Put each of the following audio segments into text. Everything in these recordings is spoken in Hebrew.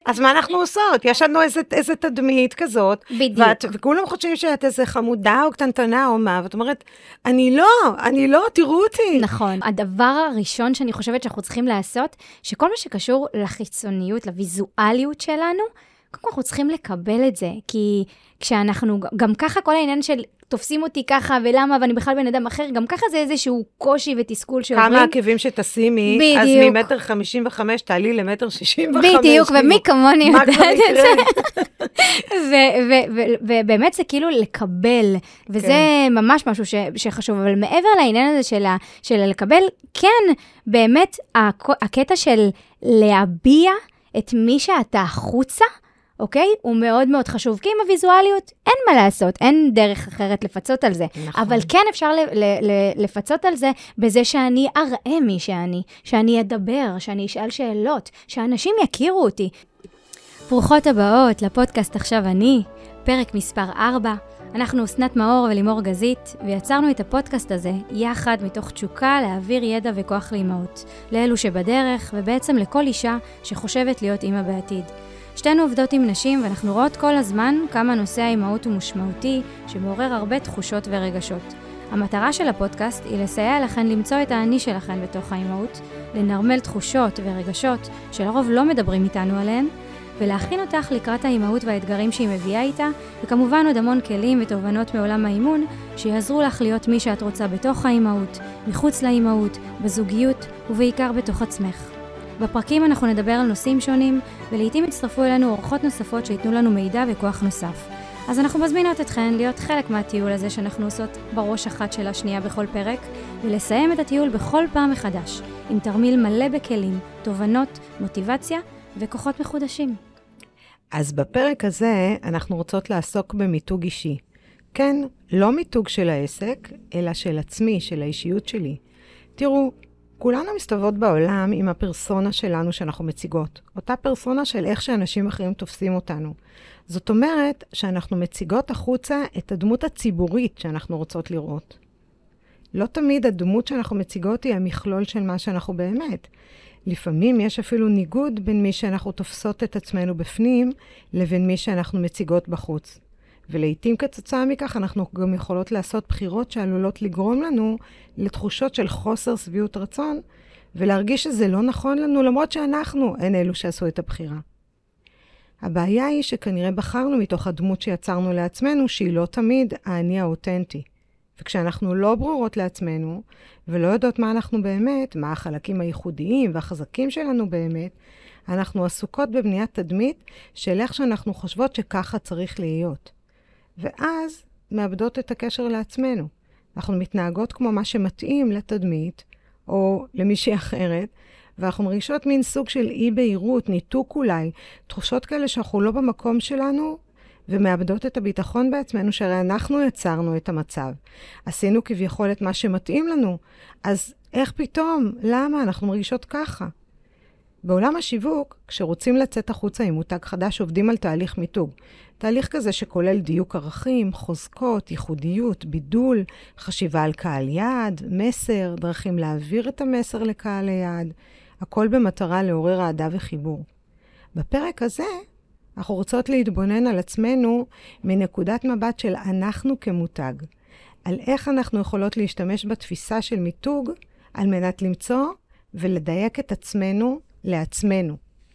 אז מה אנחנו עושות? יש לנו איזה תדמית כזאת, בדיוק. וכולם חושבים שאת איזה חמודה או קטנטנה או מה, ואת אומרת, אני לא, תראו אותי. נכון. הדבר הראשון שאני חושבת שאנחנו צריכים לעשות, שכל מה שקשור לחיצוניות, לויזואליות שלנו, קודם כל אנחנו צריכים לקבל את זה, כי כשאנחנו, גם ככה כל העניין של תופסים אותי ככה ולמה, ואני בכלל בן אדם אחר, גם ככה זה איזשהו קושי ותסכול שעוברים. כמה עקבים שתשימי, בדיוק. אז ממטר 55 תעלי למטר 65. בדיוק, ומי כמוני יודעת את זה. יקרה? ובאמת זה כאילו לקבל, וזה ממש משהו שחשוב, אבל מעבר לעניין הזה של לקבל, כן, באמת הקטע של להביע את מי שאתה החוצה, אוקיי? הוא מאוד מאוד חשוב, כי עם הוויזואליות אין מה לעשות, אין דרך אחרת לפצות על זה. נכון. אבל כן אפשר לפצות על זה בזה שאני אראה מי שאני אדבר, שאני אשאל שאלות, שאנשים יכירו אותי. ברוכות הבאות לפודקאסט עכשיו אני, פרק מספר 4. אנחנו אסנת מאור ולימור גזית, ויצרנו את הפודקאסט הזה יחד מתוך תשוקה להעביר ידע וכוח לאימהות, לאלו שבדרך ובעצם לכל אישה שחושבת להיות אימא בעתיד. שתינו עובדות עם נשים ואנחנו רואות כל הזמן כמה נושא האימהות הוא משמעותי, שמעורר הרבה תחושות ורגשות. המטרה של הפודקאסט היא לסייע לכן למצוא את האני שלכן בתוך האימהות, לנרמל תחושות ורגשות שלרוב לא מדברים איתנו עליהן, ולהכין אותך לקראת האימהות והאתגרים שהיא מביאה איתה, וכמובן עוד המון כלים ותובנות מעולם האימון, שיעזרו לך להיות מי שאת רוצה בתוך האימהות, מחוץ לאימהות, בזוגיות ובעיקר בתוך עצמך. בפרקים אנחנו נדבר על נושאים שונים, ולעיתים יצטרפו אלינו אורחות נוספות שיתנו לנו מידע וכוח נוסף. אז אנחנו מזמינות אתכן להיות חלק מהטיול הזה שאנחנו עושות בראש אחת של השנייה בכל פרק, ולסיים את הטיול בכל פעם מחדש, עם תרמיל מלא בכלים, תובנות, מוטיבציה וכוחות מחודשים. אז בפרק הזה אנחנו רוצות לעסוק במיתוג אישי. כן, לא מיתוג של העסק, אלא של עצמי, של האישיות שלי. תראו, כולנו מסתובבות בעולם עם הפרסונה שלנו שאנחנו מציגות. אותה פרסונה של איך שאנשים אחרים תופסים אותנו. זאת אומרת שאנחנו מציגות החוצה את הדמות הציבורית שאנחנו רוצות לראות. לא תמיד הדמות שאנחנו מציגות היא המכלול של מה שאנחנו באמת. לפעמים יש אפילו ניגוד בין מי שאנחנו תופסות את עצמנו בפנים, לבין מי שאנחנו מציגות בחוץ. ולעיתים כתוצאה מכך אנחנו גם יכולות לעשות בחירות שעלולות לגרום לנו לתחושות של חוסר שביעות רצון, ולהרגיש שזה לא נכון לנו, למרות שאנחנו הן אלו שעשו את הבחירה. הבעיה היא שכנראה בחרנו מתוך הדמות שיצרנו לעצמנו, שהיא לא תמיד האני האותנטי. וכשאנחנו לא ברורות לעצמנו, ולא יודעות מה אנחנו באמת, מה החלקים הייחודיים והחזקים שלנו באמת, אנחנו עסוקות בבניית תדמית של איך שאנחנו חושבות שככה צריך להיות. ואז מאבדות את הקשר לעצמנו. אנחנו מתנהגות כמו מה שמתאים לתדמית, או למישהי אחרת, ואנחנו מרגישות מין סוג של אי-בהירות, ניתוק אולי, תחושות כאלה שאנחנו לא במקום שלנו, ומאבדות את הביטחון בעצמנו, שהרי אנחנו יצרנו את המצב. עשינו כביכול את מה שמתאים לנו, אז איך פתאום? למה? אנחנו מרגישות ככה. בעולם השיווק, כשרוצים לצאת החוצה עם מותג חדש, עובדים על תהליך מיתוג. תהליך כזה שכולל דיוק ערכים, חוזקות, ייחודיות, בידול, חשיבה על קהל יעד, מסר, דרכים להעביר את המסר לקהל היעד, הכל במטרה לעורר אהדה וחיבור. בפרק הזה, אנחנו רוצות להתבונן על עצמנו מנקודת מבט של אנחנו כמותג, על איך אנחנו יכולות להשתמש בתפיסה של מיתוג, על מנת למצוא ולדייק את עצמנו לעצמנו.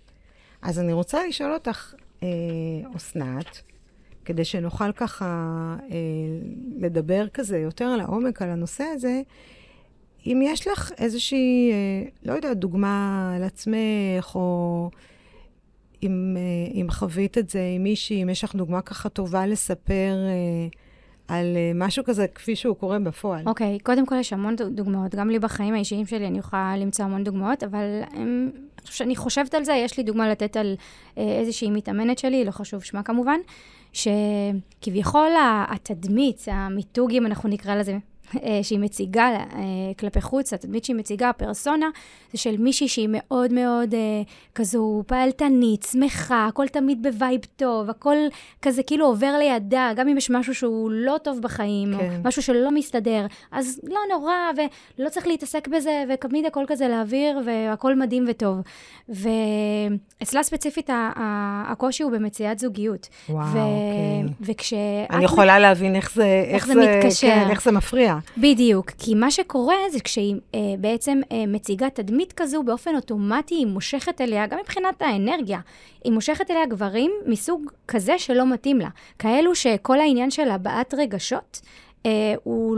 אז אני רוצה לשאול אותך, אסנת, כדי שנוכל ככה לדבר כזה יותר לעומק על הנושא הזה, אם יש לך איזושהי, לא יודעת, דוגמה על עצמך, או אם חווית את זה עם מישהי, אם יש לך דוגמה ככה טובה לספר על משהו כזה כפי שהוא קורה בפועל. אוקיי, קודם כל יש המון דוגמאות, גם לי בחיים האישיים שלי אני יכולה למצוא המון דוגמאות, אבל אני חושבת על זה, יש לי דוגמה לתת על איזושהי מתאמנת שלי, לא חשוב שמה כמובן, שכביכול התדמית, המיתוג, אם אנחנו נקרא לזה שהיא מציגה כלפי חוץ, התדמית שהיא מציגה, הפרסונה, זה של מישהי שהיא מאוד מאוד כזו פעלתנית, שמחה, הכל תמיד בווייב טוב, הכל כזה כאילו עובר לידה, גם אם יש משהו שהוא לא טוב בחיים, או משהו שלא מסתדר, אז לא נורא, ולא צריך להתעסק בזה, ותמיד הכל כזה להעביר, והכל מדהים וטוב. ואצלה ספציפית, הקושי הוא במציאת זוגיות. וואו, אוקיי. אני יכולה להבין איך זה מתקשר. כן, איך זה מפריע. בדיוק, כי מה שקורה זה כשהיא בעצם מציגה תדמית כזו, באופן אוטומטי היא מושכת אליה, גם מבחינת האנרגיה, היא מושכת אליה גברים מסוג כזה שלא מתאים לה. כאלו שכל העניין של הבעת רגשות, הוא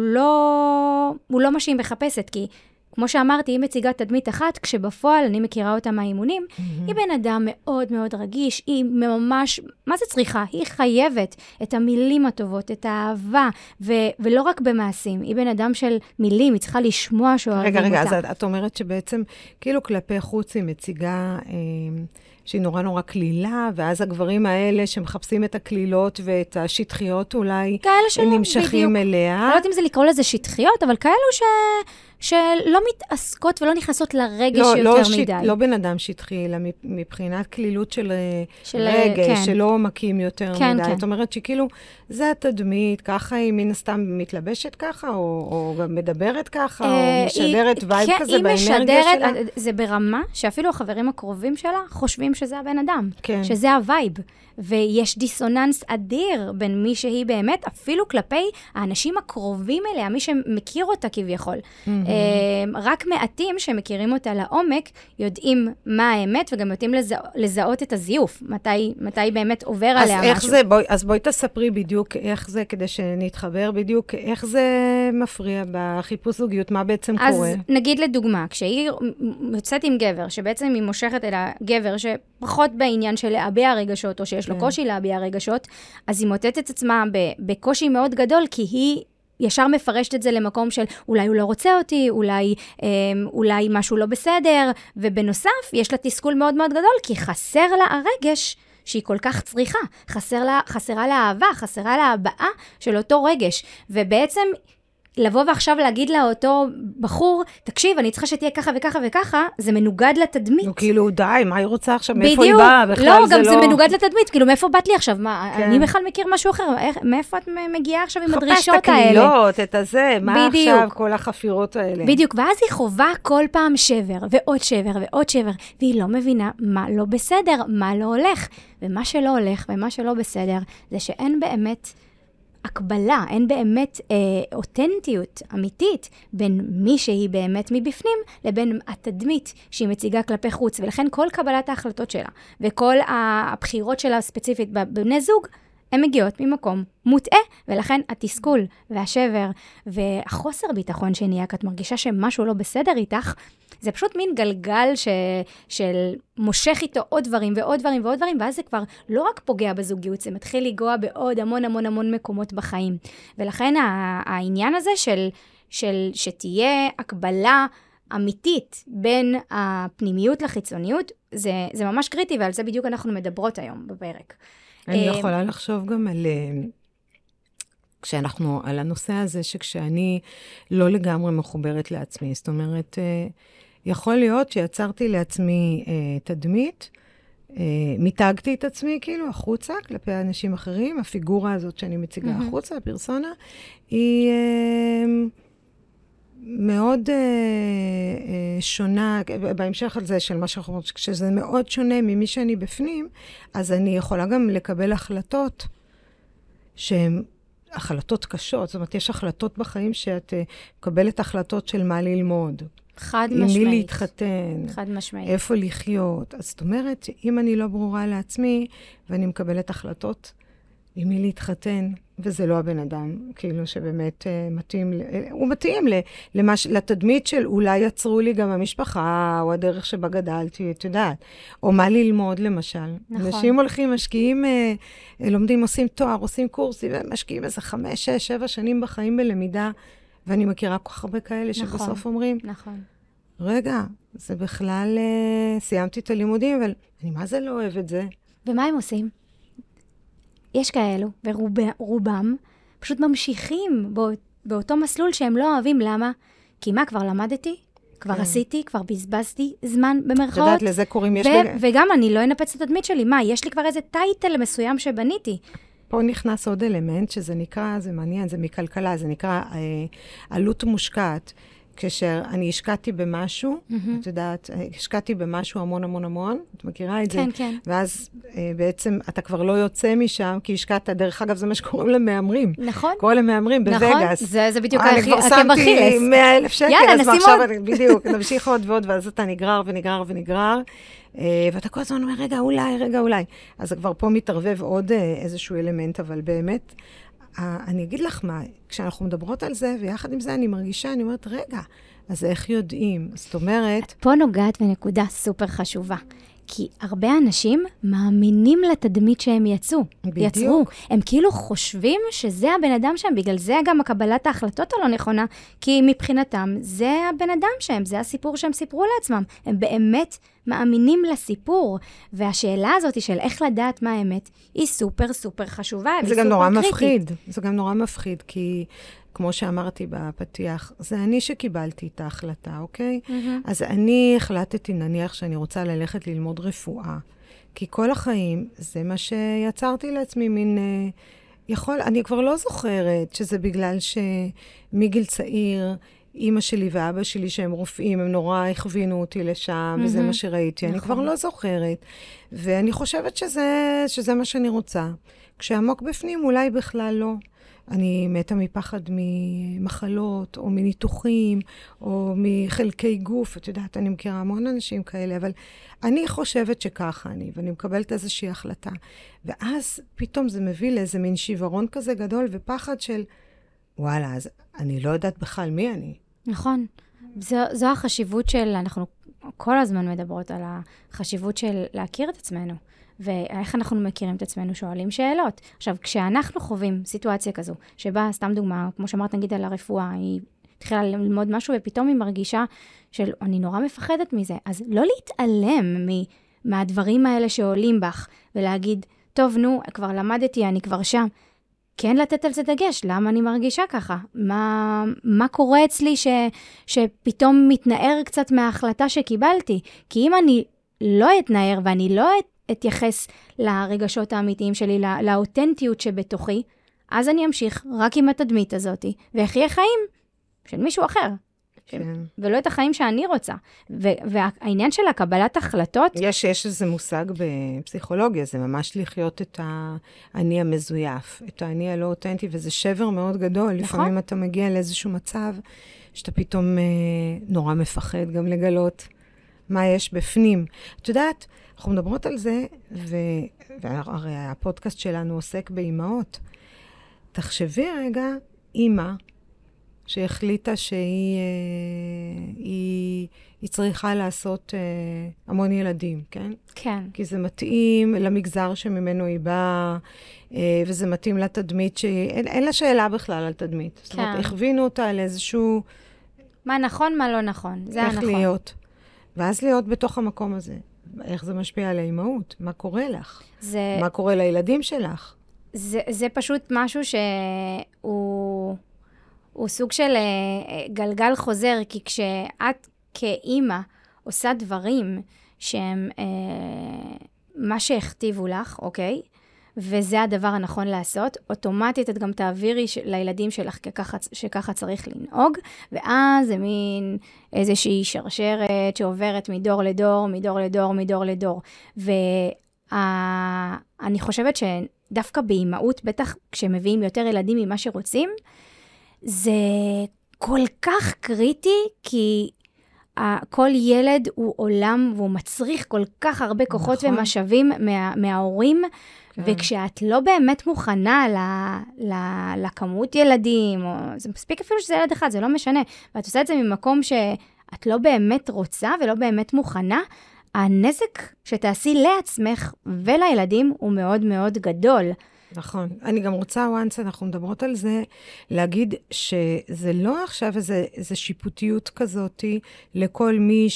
לא מה שהיא מחפשת, כי כמו שאמרתי, היא מציגה תדמית אחת, כשבפועל אני מכירה אותה מהאימונים, היא בן אדם מאוד מאוד רגיש, היא ממש, מה זה צריכה? היא חייבת את המילים הטובות, את האהבה, ולא רק במעשים, היא בן אדם של מילים, היא צריכה לשמוע שאוהבים אותה. רגע, אז את אומרת שבעצם, כאילו כלפי חוץ היא מציגה שהיא נורא נורא כלילה, ואז הגברים האלה שמחפשים את הכלילות ואת השטחיות אולי, הם נמשכים אליה. לא יודעת אם זה לקרוא לזה שטחיות, אבל כאלו שלא מתעסקות ולא נכנסות לרגש יותר מדי. לא בן אדם שטחי, אלא מבחינת כלילות של רגש, שלא מקים יותר מדי. זאת אומרת שכאילו, זה התדמית, ככה היא מן הסתם מתלבשת ככה, או גם מדברת ככה, או משדרת וייב כזה באנרגיה שלה. זה ברמה שאפילו החברים הקרובים שלה חושבים שזה הבן אדם, כן. שזה הווייב. ויש דיסוננס אדיר בין מי שהיא באמת, אפילו כלפי האנשים הקרובים אליה, מי שמכיר אותה כביכול. רק מעטים שמכירים אותה לעומק, יודעים מה האמת, וגם יודעים לזהות את הזיוף, מתי באמת עובר עליה משהו. אז בואי תספרי בדיוק איך זה, כדי שנתחבר בדיוק, איך זה מפריע בחיפוש זוגיות, מה בעצם קורה? אז נגיד לדוגמה, כשהיא יוצאת עם גבר, שבעצם היא מושכת אל הגבר, שפחות בעניין של להביע רגשות, או שיש לו קושי להביע רגשות, אז היא מוטטת את עצמה בקושי מאוד גדול, כי היא ישר מפרשת את זה למקום של אולי הוא לא רוצה אותי, אולי משהו לא בסדר, ובנוסף יש לה תסכול מאוד מאוד גדול, כי חסר לה הרגש שהיא כל כך צריכה, חסרה לה אהבה, חסרה לה הבאה של אותו רגש, ובעצם לבוא ועכשיו להגיד לאותו בחור, תקשיב, אני צריכה שתהיה ככה וככה וככה, זה מנוגד לתדמית. נו, כאילו, די, מה היא רוצה עכשיו? מאיפה היא באה? לא, גם זה מנוגד לתדמית. כאילו, מאיפה באת לי עכשיו? מה, אני בכלל מכיר משהו אחר. מאיפה את מגיעה עכשיו עם הדרישות האלה? חפש את הכלילות, את הזה, מה עכשיו כל החפירות האלה? בדיוק, ואז היא חובה כל פעם שבר, ועוד שבר, ועוד שבר, והיא לא מבינה מה לא בסדר, מה לא הולך. ומה שלא הולך, ומה שלא בסדר, זה שאין באמת הקבלה, אין באמת אותנטיות אמיתית בין מי שהיא באמת מבפנים, לבין התדמית שהיא מציגה כלפי חוץ, ולכן כל קבלת ההחלטות שלה, וכל הבחירות שלה ספציפית בבני זוג, הן מגיעות ממקום מוטעה, ולכן התסכול והשבר והחוסר ביטחון שנהיה, כי את מרגישה שמשהו לא בסדר איתך, זה פשוט מין גלגל של מושך איתו עוד דברים ועוד דברים ועוד דברים, ואז זה כבר לא רק פוגע בזוגיות, זה מתחיל לגוע בעוד המון המון המון מקומות בחיים. ולכן העניין הזה של שתהיה הקבלה אמיתית בין הפנימיות לחיצוניות, זה ממש קריטי, ועל זה בדיוק אנחנו מדברות היום בפרק. אני יכולה לחשוב גם כשאנחנו על הנושא הזה, שכשאני לא לגמרי מחוברת לעצמי, זאת אומרת, יכול להיות שיצרתי לעצמי תדמית, מיתגתי את עצמי כאילו החוצה, כלפי אנשים אחרים, הפיגורה הזאת שאני מציגה החוצה, הפרסונה, היא מאוד שונה, בהמשך על זה של מה שאנחנו אומרים, כשזה מאוד שונה ממי שאני בפנים, אז אני יכולה גם לקבל החלטות שהן החלטות קשות, זאת אומרת, יש החלטות בחיים שאת מקבלת החלטות של מה ללמוד. חד משמעית. עם מי להתחתן. חד משמעית. איפה לחיות. אז זאת אומרת, אם אני לא ברורה לעצמי, ואני מקבלת החלטות, עם מי להתחתן, וזה לא הבן אדם, כאילו שבאמת מתאים, הוא מתאים לתדמית של אולי יצרו לי גם המשפחה, או הדרך שבה גדלתי, את יודעת. או מה ללמוד, למשל. נכון. אנשים הולכים, משקיעים, לומדים, עושים תואר, עושים קורסים, ומשקיעים איזה 5, 6, 7 שנים בחיים בלמידה, ואני מכירה כל כך הרבה כאלה שבסוף אומרים, נכון. רגע, זה בכלל, סיימתי את הלימודים, אבל אני מה זה לא אוהב את זה? ומה הם עושים? יש כאלו, ורובם פשוט ממשיכים באותו מסלול שהם לא אוהבים. למה? כי מה, כבר למדתי? כבר עשיתי, כבר בזבזתי זמן במרכאות. את יודעת, לזה קוראים וגם אני לא אנפץ את התדמית שלי. מה, יש לי כבר איזה טייטל מסוים שבניתי. פה נכנס עוד אלמנט שזה נקרא, זה מעניין, זה מכלכלה, זה נקרא עלות מושקעת. כשאני השקעתי במשהו, את יודעת, השקעתי במשהו המון המון המון, את מכירה את זה? כן, כן. ואז בעצם אתה כבר לא יוצא משם, כי השקעת, דרך אגב, זה מה שקוראים למאמרים. נכון. קוראים למאמרים בווגאס. נכון, זה בדיוק אני כבר שמתי 100,000 שקל, יאללה, אז נשים עכשיו עוד. בדיוק, נמשיך עוד ועוד, ואז אתה נגרר ונגרר ונגרר, ואתה כל הזמן אומר, רגע, אולי. אז כבר פה מתערבב עוד איזשהו אלמנט, אבל באמת, אני אגיד לך מה, כשאנחנו מדברות על זה, ויחד עם זה אני מרגישה, אני אומרת, רגע, אז איך יודעים? זאת אומרת... פה נוגעת בנקודה סופר חשובה. כי הרבה אנשים מאמינים לתדמית שהם יצרו. הם כאילו חושבים שזה הבן אדם שהם, בגלל זה גם הקבלת ההחלטות הלא נכונה, כי מבחינתם זה הבן אדם שהם, זה הסיפור שהם סיפרו לעצמם. הם באמת מאמינים לסיפור. והשאלה הזאת של איך לדעת מה האמת, היא סופר סופר חשובה, זה גם נורא מפחיד. זה גם נורא מפחיד, כי... כמו שאמרתי בפתיח, זה אני שקיבלתי את ההחלטה, אוקיי? אז אני החלטתי, נניח, שאני רוצה ללכת ללמוד רפואה, כי כל החיים זה מה שיצרתי לעצמי, מין... אני כבר לא זוכרת שזה בגלל שמגיל צעיר, אמא שלי ואבא שלי שהם רופאים, הם נורא הכווינו אותי לשם, וזה מה שראיתי. אני כבר לא זוכרת. ואני חושבת שזה מה שאני רוצה. כשעמוק בפנים, אולי בכלל לא. אני מתה מפחד ממחלות, או מניתוחים, או מחלקי גוף. את יודעת, אני מכירה המון אנשים כאלה, אבל אני חושבת שככה ואני מקבלת איזושהי החלטה. ואז פתאום זה מביא לאיזה מין שיוורון כזה גדול, ופחד של, וואלה, אז אני לא יודעת בכלל מי אני. נכון. זו החשיבות של, אנחנו כל הזמן מדברות על החשיבות של להכיר את עצמנו. ואיך אנחנו מכירים את עצמנו, שואלים שאלות. עכשיו, כשאנחנו חווים סיטואציה כזו, שבה, סתם דוגמה, כמו שאמרת, נגיד על הרפואה, היא התחילה ללמוד משהו, ופתאום היא מרגישה של, אני נורא מפחדת מזה. אז לא להתעלם מהדברים האלה שעולים בך, ולהגיד, טוב, נו, כבר למדתי, אני כבר שם. כן לתת על זה דגש, למה אני מרגישה ככה? מה קורה אצלי שפתאום מתנער קצת מההחלטה שקיבלתי? כי אם אני לא אתנער, ואני לא אתייחס לרגשות האמיתיים שלי, לאותנטיות שבתוכי, אז אני אמשיך רק עם התדמית הזאת, ואחיה חיים של מישהו אחר. כן. ולא את החיים שאני רוצה. והעניין של הקבלת החלטות... יש איזה מושג בפסיכולוגיה, זה ממש לחיות את האני המזויף, את האני הלא אותנטי, וזה שבר מאוד גדול. נכון. לפעמים אתה מגיע לאיזשהו מצב, שאתה פתאום נורא מפחד גם לגלות מה יש בפנים. את יודעת, אנחנו מדברות על זה, והרי הפודקאסט שלנו עוסק באימהות. תחשבי רגע, אימא, שהחליטה שהיא צריכה לעשות המון ילדים, כן? כן. כי זה מתאים למגזר שממנו היא באה, וזה מתאים לתדמית אין לה שאלה בכלל על תדמית. כן. זאת אומרת, הכווינו אותה לאיזשהו... מה נכון, מה לא נכון. זה הנכון. איך להיות. ואז להיות בתוך המקום הזה. איך זה משפיע על האימהות? מה קורה לך? מה קורה לילדים שלך? זה פשוט משהו שהוא סוג של גלגל חוזר, כי כשאת כאימא עושה דברים שהם מה שהכתיבו לך, אוקיי? וזה הדבר הנכון לעשות, אוטומטית את גם תעבירי לילדים שלך שככה צריך לנהוג, ואז זה מין איזושהי שרשרת שעוברת מדור לדור, מדור לדור, מדור לדור. ואני חושבת שדווקא באימהות, בטח כשמביאים יותר ילדים ממה שרוצים, זה כל כך קריטי, כי כל ילד הוא עולם, והוא מצריך כל כך הרבה כוחות נכון. ומשאבים מההורים, כן. וכשאת לא באמת מוכנה לכמות ילדים, או, זה מספיק אפילו שזה ילד אחד, זה לא משנה, ואת עושה את זה ממקום שאת לא באמת רוצה ולא באמת מוכנה, הנזק שתעשי לעצמך ולילדים הוא מאוד מאוד גדול. נכון. אני גם רוצה, once אנחנו מדברות על זה, להגיד שזה לא עכשיו איזו שיפוטיות כזאת לכל מי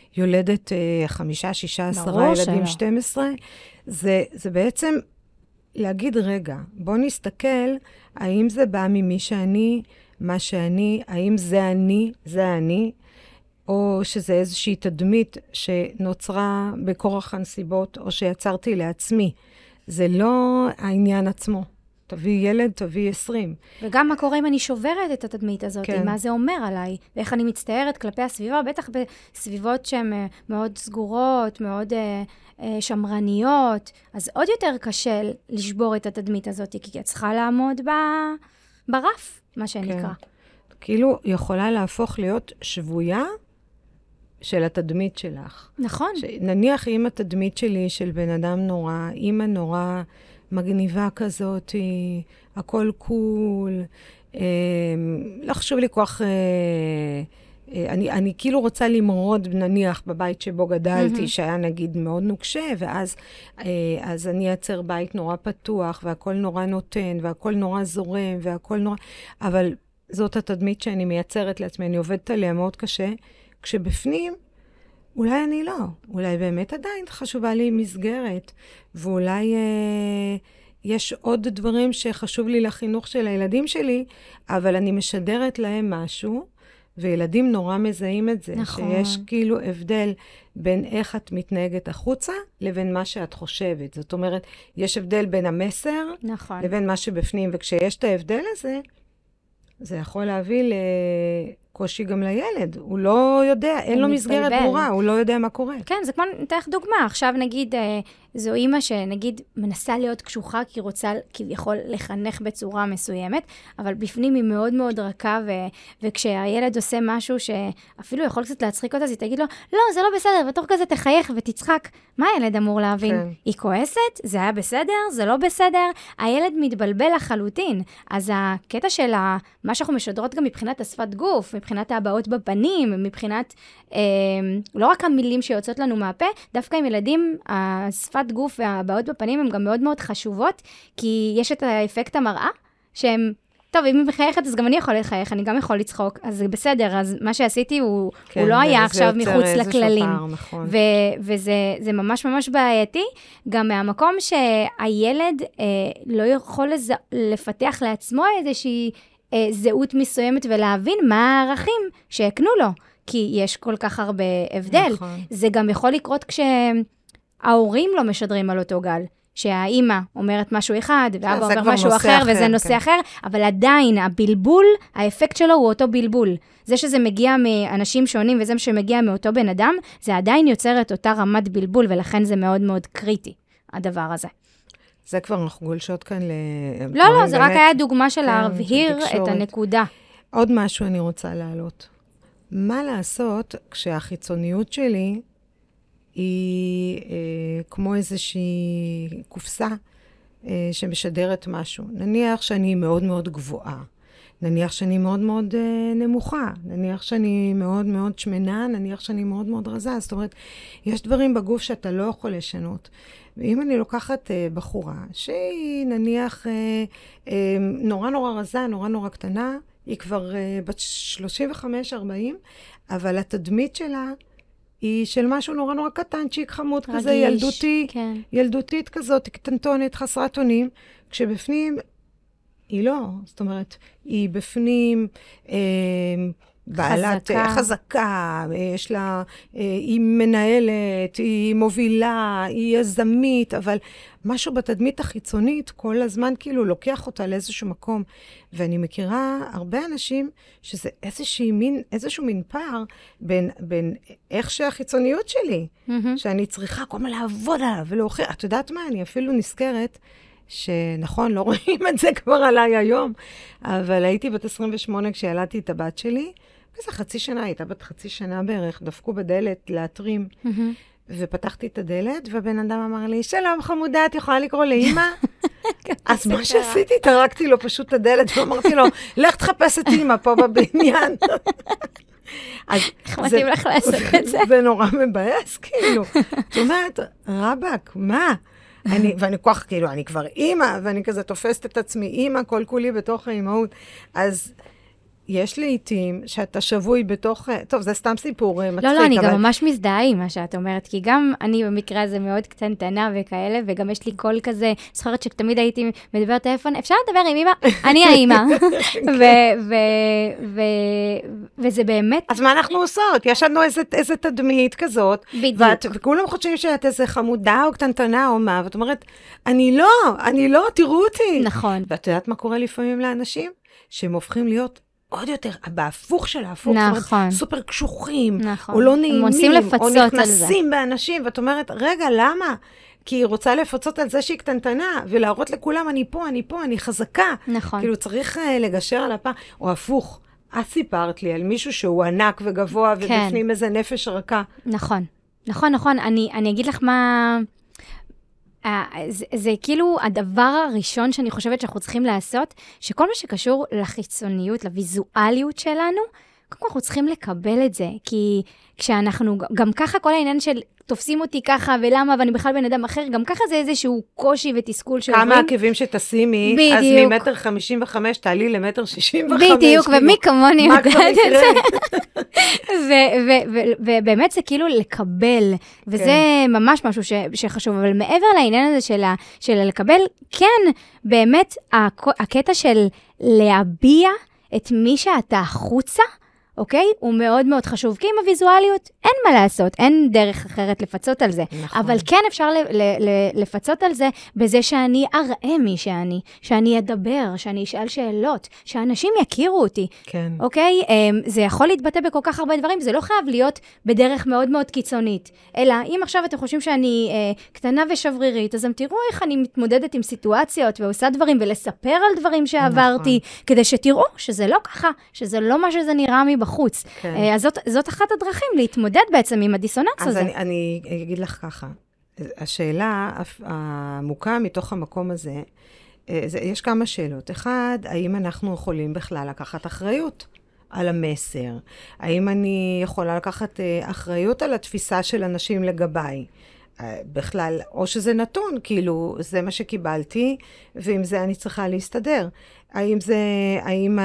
שיולדת 5, 6, 10 ילדים, 12. זה בעצם להגיד, רגע, בוא נסתכל, האם זה בא ממי שאני, מה שאני, האם זה אני, או שזה איזושהי תדמית שנוצרה בכורח הנסיבות, או שיצרתי לעצמי. זה לא העניין עצמו. תביא ילד, תביא 20. וגם מה קורה אם אני שוברת את התדמית הזאת, כן. מה זה אומר עליי, ואיך אני מצטערת כלפי הסביבה, בטח בסביבות שהן מאוד סגורות, מאוד שמרניות, אז עוד יותר קשה לשבור את התדמית הזאת, כי את צריכה לעמוד ברף, מה שנקרא. כן. כאילו יכולה להפוך להיות שבויה של התדמית שלך. נכון. נניח אם התדמית שלי של בן אדם נורא, אימא נורא מגניבה כזאת, הכל קול, לא חשוב לי כוח, אני כאילו רוצה למרוד נניח בבית שבו גדלתי, שהיה נגיד מאוד נוקשה, ואז אז אני אייצר בית נורא פתוח, והכל נורא נותן, והכל נורא זורם, והכל נורא, אבל זאת התדמית שאני מייצרת לעצמי, אני עובדת עליה מאוד קשה, כשבפנים, אולי אני לא, אולי באמת עדיין חשובה לי מסגרת, ואולי יש עוד דברים שחשוב לי לחינוך של הילדים שלי, אבל אני משדרת להם משהו, וילדים נורא מזהים את זה, נכון. שיש כאילו הבדל בין איך את מתנהגת החוצה, לבין מה שאת חושבת. זאת אומרת, יש הבדל בין המסר, נכון. לבין מה שבפנים, וכשיש את ההבדל הזה, זה יכול להביא לקושי גם לילד. הוא לא יודע, אין לו מסגרת ברורה, הוא לא יודע מה קורה. כן, זה כמו, נתן לך דוגמה, עכשיו נגיד, זו אימא שנגיד מנסה להיות קשוחה, כי היא רוצה כביכול לחנך בצורה מסוימת, אבל בפנים היא מאוד מאוד רכה, וכשהילד עושה משהו שאפילו יכול קצת להצחיק אותה, אז היא תגיד לו, לא, זה לא בסדר, ותוך כזה תחייך ותצחק. מה הילד אמור להבין? כן. היא כועסת? זה היה בסדר? זה לא בסדר? הילד מתבלבל לחלוטין. אז הקטע של מה שאנחנו משדרות גם מבחינת השפת גוף, מבחינת ההבעות בפנים, מבחינת לא רק המילים שיוצאות לנו מהפה, דווקא עם ילדים, השפת גוף וההבעות בפנים הן גם מאוד מאוד חשובות, כי יש את האפקט המראה, שהם, טוב, אם היא מחייכת, אז גם אני יכול לחייך, אני גם יכול לצחוק, אז זה בסדר, אז מה שעשיתי הוא לא היה עכשיו מחוץ לכללים. נכון. וזה ממש ממש בעייתי, גם מהמקום שהילד לא יכול לפתח לעצמו איזושהי זהות מסוימת, ולהבין מה הערכים שהקנו לו, כי יש כל כך הרבה הבדל. נכון. זה גם יכול לקרות כשההורים לא משדרים על אותו גל, שהאימא אומרת משהו אחד, ואבא אומר משהו אחר, וזה נושא אחר, אבל עדיין הבלבול, האפקט שלו הוא אותו בלבול. זה שזה מגיע מאנשים שונים, וזה שמגיע מאותו בן אדם, זה עדיין יוצר את אותה רמת בלבול, ולכן זה מאוד מאוד קריטי, הדבר הזה. זה כבר אנחנו גולשות כאן לא, זה רק היה דוגמה של להבהיר את הנקודה. עוד משהו אני רוצה להעלות. מה לעשות כשהחיצוניות שלי היא כמו איזושהי קופסה שמשדרת משהו. נניח שאני מאוד מאוד גבוהה, נניח שאני מאוד מאוד נמוכה, נניח שאני מאוד מאוד שמנה, נניח שאני מאוד מאוד רזה. זאת אומרת, יש דברים בגוף שאתה לא יכול לשנות. ואם אני לוקחת בחורה שהיא נניח נורא נורא רזה, נורא נורא קטנה, היא כבר בת 35-40, אבל התדמית שלה היא של משהו נורא נורא קטנצ'יק, חמוד רגיש, כזה, ילדותי, כן. ילדותית כזאת, קטנטונת, חסרת אונים, כשבפנים היא לא, זאת אומרת, היא בפנים בעלת חזקה, יש לה, היא מנהלת, היא מובילה, היא יזמית, אבל משהו בתדמית החיצונית כל הזמן כאילו לוקח אותה לאיזשהו מקום. ואני מכירה הרבה אנשים שזה איזשהו מין פער בין איך שהחיצוניות שלי, שאני צריכה כל מה לעבוד עליו ולהוכיח. את יודעת מה? אני אפילו נזכרת שנכון, לא רואים את זה כבר עליי היום, אבל הייתי בת 28 כשילדתי את הבת שלי, כזה חצי שנה, הייתה בת חצי שנה בערך, דפקו בדלת להתרים, ופתחתי את הדלת, והבן אדם אמר לי, שלום חמודה, את יכולה לקרוא לאמא? אז מה שעשיתי, תרקתי לו פשוט את הדלת, ואמרתי לו, לך תחפש את אמא פה בבניין. איך מתאים לך לעשות את זה? זה נורא מבאס, כאילו. זאת אומרת, רבק, מה? ואני כוח, כאילו, אני כבר אימא, ואני כזה תופסת את עצמי אימא, כל כולי בתוך האימהות. אז יש לעתים שאתה שבוי בתוך, טוב, זה סתם סיפור מצחיק, לא, אני גם ממש מזדהה עם מה שאת אומרת, כי גם אני במקרה הזה מאוד קטנטנה וכאלה, וגם יש לי קול כזה, זוכרת שתמיד הייתי מדברת טלפון, אפשר לדבר עם אמא? אני האמא. וזה באמת... אז מה אנחנו עושות? יש לנו איזה תדמית כזאת, בדיוק. וכולם חושבים שאת איזה חמודה או קטנטנה או מה, ואת אומרת, אני לא, תראו אותי. נכון. ואת יודעת מה קורה לפעמים לאנשים? שהם הופכים להיות עוד יותר, בהפוך של ההפוך, נכון. זאת אומרת, סופר קשוחים, נכון. או לא נעימים, או נכנסים נכנסים באנשים, ואת אומרת, רגע, למה? כי היא רוצה לפצות על זה שהיא קטנטנה, ולהראות לכולם, אני פה, אני חזקה. נכון. כאילו צריך לגשר על הפעם, או הפוך. את סיפרת לי על מישהו שהוא ענק וגבוה, כן. ובפנים איזה נפש רכה. נכון. אני אגיד לך מה... זה כאילו הדבר הראשון שאני חושבת שאנחנו צריכים לעשות, שכל מה שקשור לחיצוניות, לויזואליות שלנו, קודם כל אנחנו צריכים לקבל את זה, כי כשאנחנו, גם ככה כל העניין של תופסים אותי ככה ולמה, ואני בכלל בן אדם אחר, גם ככה זה איזשהו קושי ותסכול שעוברים. כמה עקבים שתשימי, בדיוק. אז ממטר 55 תעלי למטר 65. בדיוק, ומי כמוני יודעת את זה. יקרה? ובאמת זה כאילו לקבל, וזה ממש משהו שחשוב, אבל מעבר לעניין הזה של לקבל, כן, באמת הקטע של להביע את מי שאתה החוצה, אוקיי? הוא מאוד מאוד חשוב, כי עם הוויזואליות אין מה לעשות, אין דרך אחרת לפצות על זה. נכון. אבל כן אפשר לפצות על זה בזה שאני אראה מי שאני אדבר, שאני אשאל שאלות, שאנשים יכירו אותי. כן. אוקיי? זה יכול להתבטא בכל כך הרבה דברים, זה לא חייב להיות בדרך מאוד מאוד קיצונית. אלא אם עכשיו אתם חושבים שאני קטנה ושברירית, אז הם תראו איך אני מתמודדת עם סיטואציות ועושה דברים, ולספר על דברים שעברתי, נכון. כדי שתראו שזה לא ככה, שזה לא מה שזה נראה בחוץ. כן. אז זאת אחת הדרכים להתמודד בעצם עם הדיסוננס הזה. אז אני אגיד לך ככה, השאלה העמוקה מתוך המקום הזה, יש כמה שאלות. אחד, האם אנחנו יכולים בכלל לקחת אחריות על המסר? האם אני יכולה לקחת אחריות על התפיסה של אנשים לגביי? בכלל, או שזה נתון, כאילו, זה מה שקיבלתי, ועם זה אני צריכה להסתדר. האם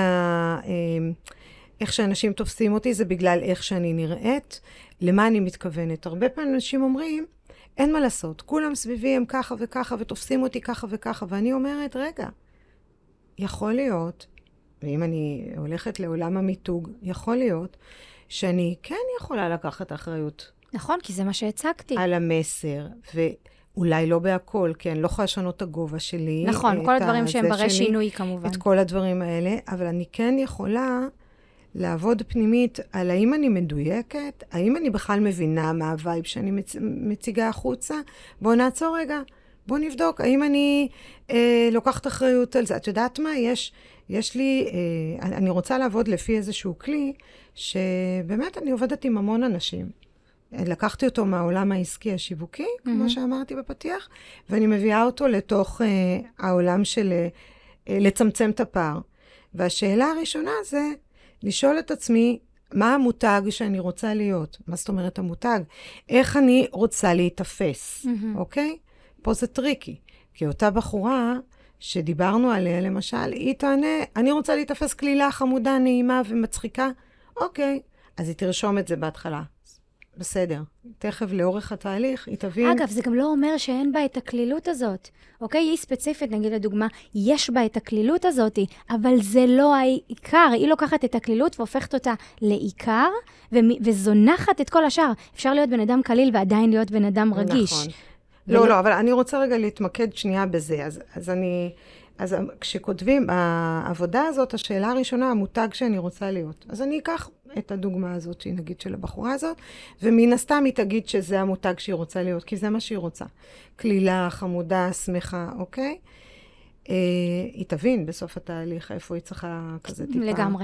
איך שאנשים תופסים אותי, זה בגלל איך שאני נראית, למה אני מתכוונת. הרבה פעמים אנשים אומרים, אין מה לעשות, כולם סביבי הם ככה וככה, ותופסים אותי ככה וככה, ואני אומרת, רגע, יכול להיות, ואם אני הולכת לעולם המיתוג, יכול להיות, שאני כן יכולה לקחת אחריות. נכון, כי זה מה שהצגתי. על המסר, אולי לא בהכל, כן, לא יכולה לשנות את הגובה שלי. נכון, כל הדברים שהם ברי שינוי כמובן. את כל הדברים האלה, אבל אני כן יכולה לעבוד פנימית על האם אני מדויקת, האם אני בכלל מבינה מה הווייב שאני מציגה החוצה. בואו נעצור רגע, בואו נבדוק, האם אני לוקחת אחריות על זה. את יודעת מה? יש לי, אני רוצה לעבוד לפי איזשהו כלי, שבאמת אני עובדת עם המון אנשים. לקחתי אותו מהעולם העסקי השיווקי, כמו שאמרתי בפתיח, ואני מביאה אותו לתוך העולם של לצמצם את הפער. והשאלה הראשונה זה לשאול את עצמי, מה המותג שאני רוצה להיות? מה זאת אומרת המותג? איך אני רוצה להתאפס, אוקיי? פה זה טריקי, כי אותה בחורה שדיברנו עליה, למשל, היא תענה, אני רוצה להתאפס כלילה חמודה, נעימה ומצחיקה, אוקיי, אז היא תרשום את זה בהתחלה. בסדר. תכף לאורך התהליך, היא תבין... אגב, זה גם לא אומר שאין בה את הכלילות הזאת. אוקיי? היא ספציפית, נגיד לדוגמה, יש בה את הכלילות הזאת, אבל זה לא העיקר. היא לוקחת את הכלילות והופכת אותה לעיקר, וזונחת את כל השאר. אפשר להיות בן אדם כליל ועדיין להיות בן אדם רגיש. נכון. לא, אבל אני רוצה רגע להתמקד שנייה בזה. אז כשכותבים, העבודה הזאת, השאלה הראשונה, המותג שאני רוצה להיות. אז אני אקח את הדוגמה הזאת, שהיא נגיד של הבחורה הזאת, ומן הסתם היא תגיד שזה המותג שהיא רוצה להיות, כי זה מה שהיא רוצה. כלילה, חמודה, שמחה, אוקיי? היא תבין בסוף התהליך איפה היא צריכה כזה טיפה. לגמרי.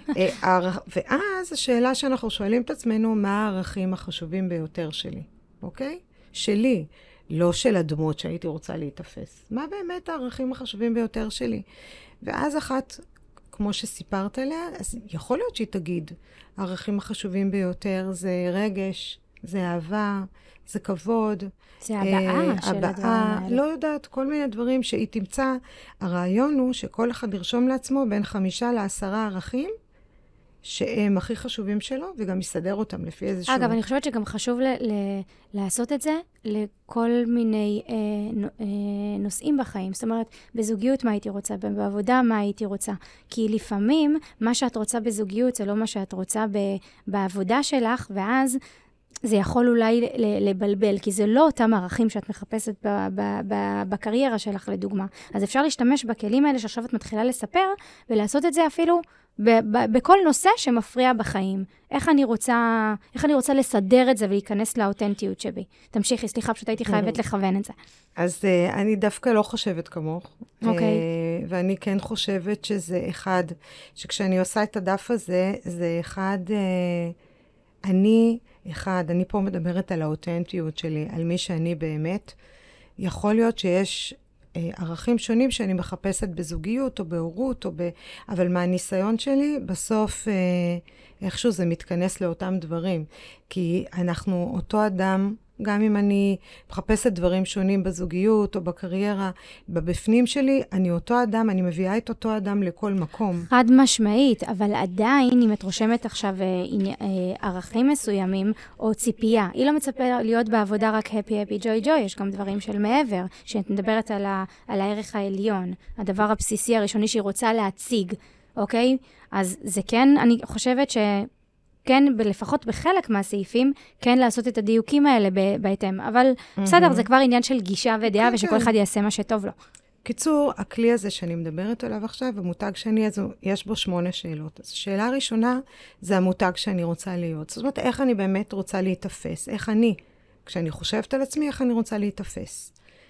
ואז השאלה שאנחנו שואלים את עצמנו, מה הערכים החשובים ביותר שלי, אוקיי? שלי. לא של הדמות שהייתי רוצה להתאפס. מה באמת הערכים החשובים ביותר שלי? ואז אחת, כמו שסיפרת עליה, אז יכול להיות שהיא תגיד, הערכים החשובים ביותר זה רגש, זה אהבה, זה כבוד. זה הבאה של הדברים האלה. לא יודעת, כל מיני דברים שהיא תמצא. הרעיון הוא שכל אחד ירשום לעצמו בין 5 ל10 ערכים, שהם הכי חשובים שלו, וגם יסדר אותם לפי איזשהו... אגב, אני חושבת שגם חשוב לעשות את זה לכל מיני נושאים בחיים. זאת אומרת, בזוגיות מה הייתי רוצה, בעבודה מה הייתי רוצה. כי לפעמים מה שאת רוצה בזוגיות זה לא מה שאת רוצה בעבודה שלך, ואז זה יכול אולי לבלבל, כי זה לא אותם ערכים שאת מחפשת בקריירה שלך, לדוגמה. אז אפשר להשתמש בכלים האלה שעכשיו את מתחילה לספר, ולעשות את זה אפילו בכל נושא שמפריע בחיים. איך אני רוצה לסדר את זה ולהיכנס לאותנטיות שבי. תמשיכי, סליחה, פשוט הייתי חייבת לכוון את זה. אז אני דווקא לא חושבת כמוך. אוקיי. ואני כן חושבת שזה אחד, שכשאני עושה את הדף הזה, זה אחד... אני פה מדברת על האותנטיות שלי, על מי שאני באמת. יכול להיות שיש ערכים שונים שאני מחפשת בזוגיות או בהורות, אבל מהניסיון שלי, בסוף איכשהו זה מתכנס לאותם דברים. כי אנחנו אותו אדם, גם אם אני מחפשת דברים שונים בזוגיות או בקריירה, בבפנים שלי, אני אותו אדם, אני מביאה את אותו אדם לכל מקום. חד משמעית, אבל עדיין, אם את רושמת עכשיו ערכים מסוימים או ציפייה, היא לא מצפה להיות בעבודה רק happy, happy, joy, joy, יש גם דברים של מעבר, שאת מדברת על הערך העליון, הדבר הבסיסי הראשוני שהיא רוצה להציג, אוקיי? אז זה כן, אני חושבת כן, לפחות בחלק מהסעיפים, כן לעשות את הדיוקים האלה בהתאם. אבל בסדר, זה כבר עניין של גישה ודעה, ושכל אחד יעשה מה שטוב לו. קיצור, הכלי הזה שאני מדברת עליו עכשיו, המותג שאני, יש בו 8 שאלות. אז השאלה הראשונה, זה המותג שאני רוצה להיות. זאת אומרת, איך אני באמת רוצה להתאפס? איך אני, כשאני חושבת על עצמי, איך אני רוצה להתאפס?